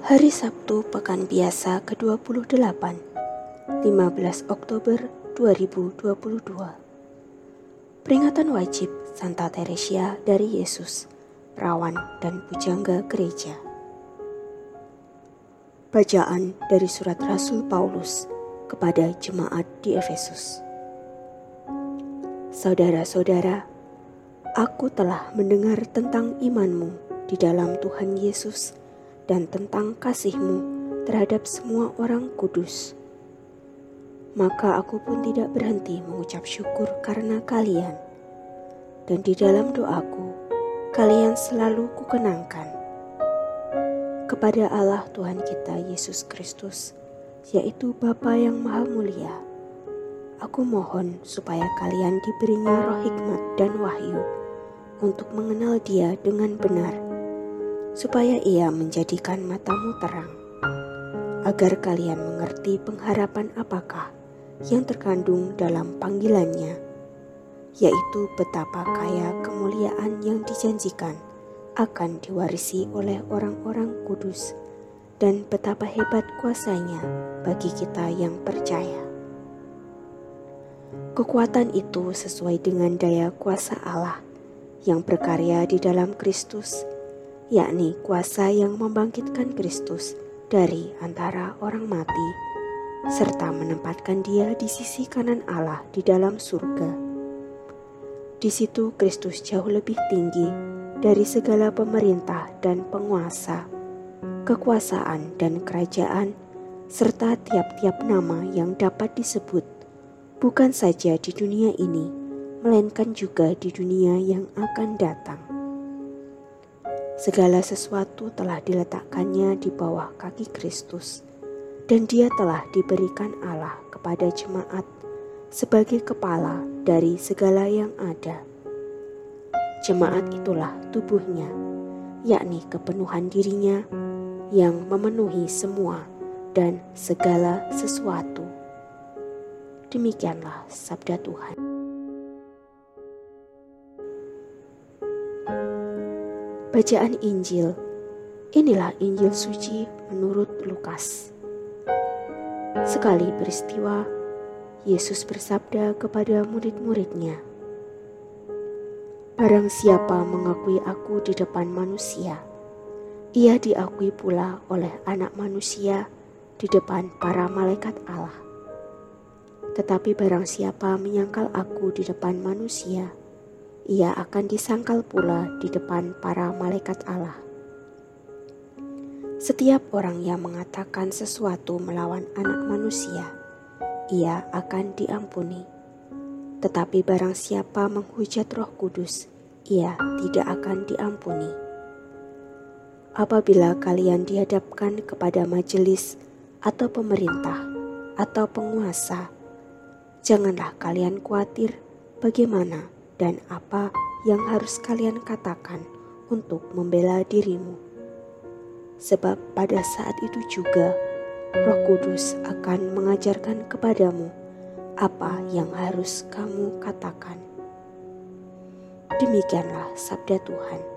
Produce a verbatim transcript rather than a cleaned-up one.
Hari Sabtu Pekan Biasa ke dua puluh delapan, lima belas Oktober dua ribu dua puluh dua. Peringatan wajib Santa Teresia dari Yesus, perawan dan pujangga gereja. Bacaan dari surat Rasul Paulus kepada jemaat di Efesus. Saudara-saudara, aku telah mendengar tentang imanmu di dalam Tuhan Yesus dan tentang kasih-Mu terhadap semua orang kudus. Maka aku pun tidak berhenti mengucap syukur karena kalian, dan di dalam doaku, kalian selalu kukenangkan. Kepada Allah Tuhan kita Yesus Kristus, yaitu Bapa yang Maha Mulia, aku mohon supaya kalian diberinya roh hikmat dan wahyu untuk mengenal Dia dengan benar, supaya Ia menjadikan matamu terang, agar kalian mengerti pengharapan apakah yang terkandung dalam panggilannya, yaitu betapa kaya kemuliaan yang dijanjikan akan diwarisi oleh orang-orang kudus, dan betapa hebat kuasanya bagi kita yang percaya. Kekuatan itu sesuai dengan daya kuasa Allah yang berkarya di dalam Kristus, yakni kuasa yang membangkitkan Kristus dari antara orang mati, serta menempatkan Dia di sisi kanan Allah di dalam surga. Di situ Kristus jauh lebih tinggi dari segala pemerintah dan penguasa, kekuasaan dan kerajaan, serta tiap-tiap nama yang dapat disebut, bukan saja di dunia ini, melainkan juga di dunia yang akan datang. Segala sesuatu telah diletakkannya di bawah kaki Kristus, dan Dia telah diberikan Allah kepada jemaat sebagai kepala dari segala yang ada. Jemaat itulah tubuhnya, yakni kepenuhan dirinya yang memenuhi semua dan segala sesuatu. Demikianlah sabda Tuhan. Bacaan Injil. Inilah Injil suci menurut Lukas. Sekali peristiwa, Yesus bersabda kepada murid-muridnya, "Barang siapa mengakui aku di depan manusia, ia diakui pula oleh Anak Manusia di depan para malaikat Allah. Tetapi barang siapa menyangkal aku di depan manusia, ia akan disangkal pula di depan para malaikat Allah. Setiap orang yang mengatakan sesuatu melawan Anak Manusia, ia akan diampuni. Tetapi barang siapa menghujat Roh Kudus, ia tidak akan diampuni. Apabila kalian dihadapkan kepada majelis atau pemerintah atau penguasa, janganlah kalian khawatir bagaimana dan apa yang harus kalian katakan untuk membela dirimu. Sebab pada saat itu juga Roh Kudus akan mengajarkan kepadamu apa yang harus kamu katakan." Demikianlah sabda Tuhan.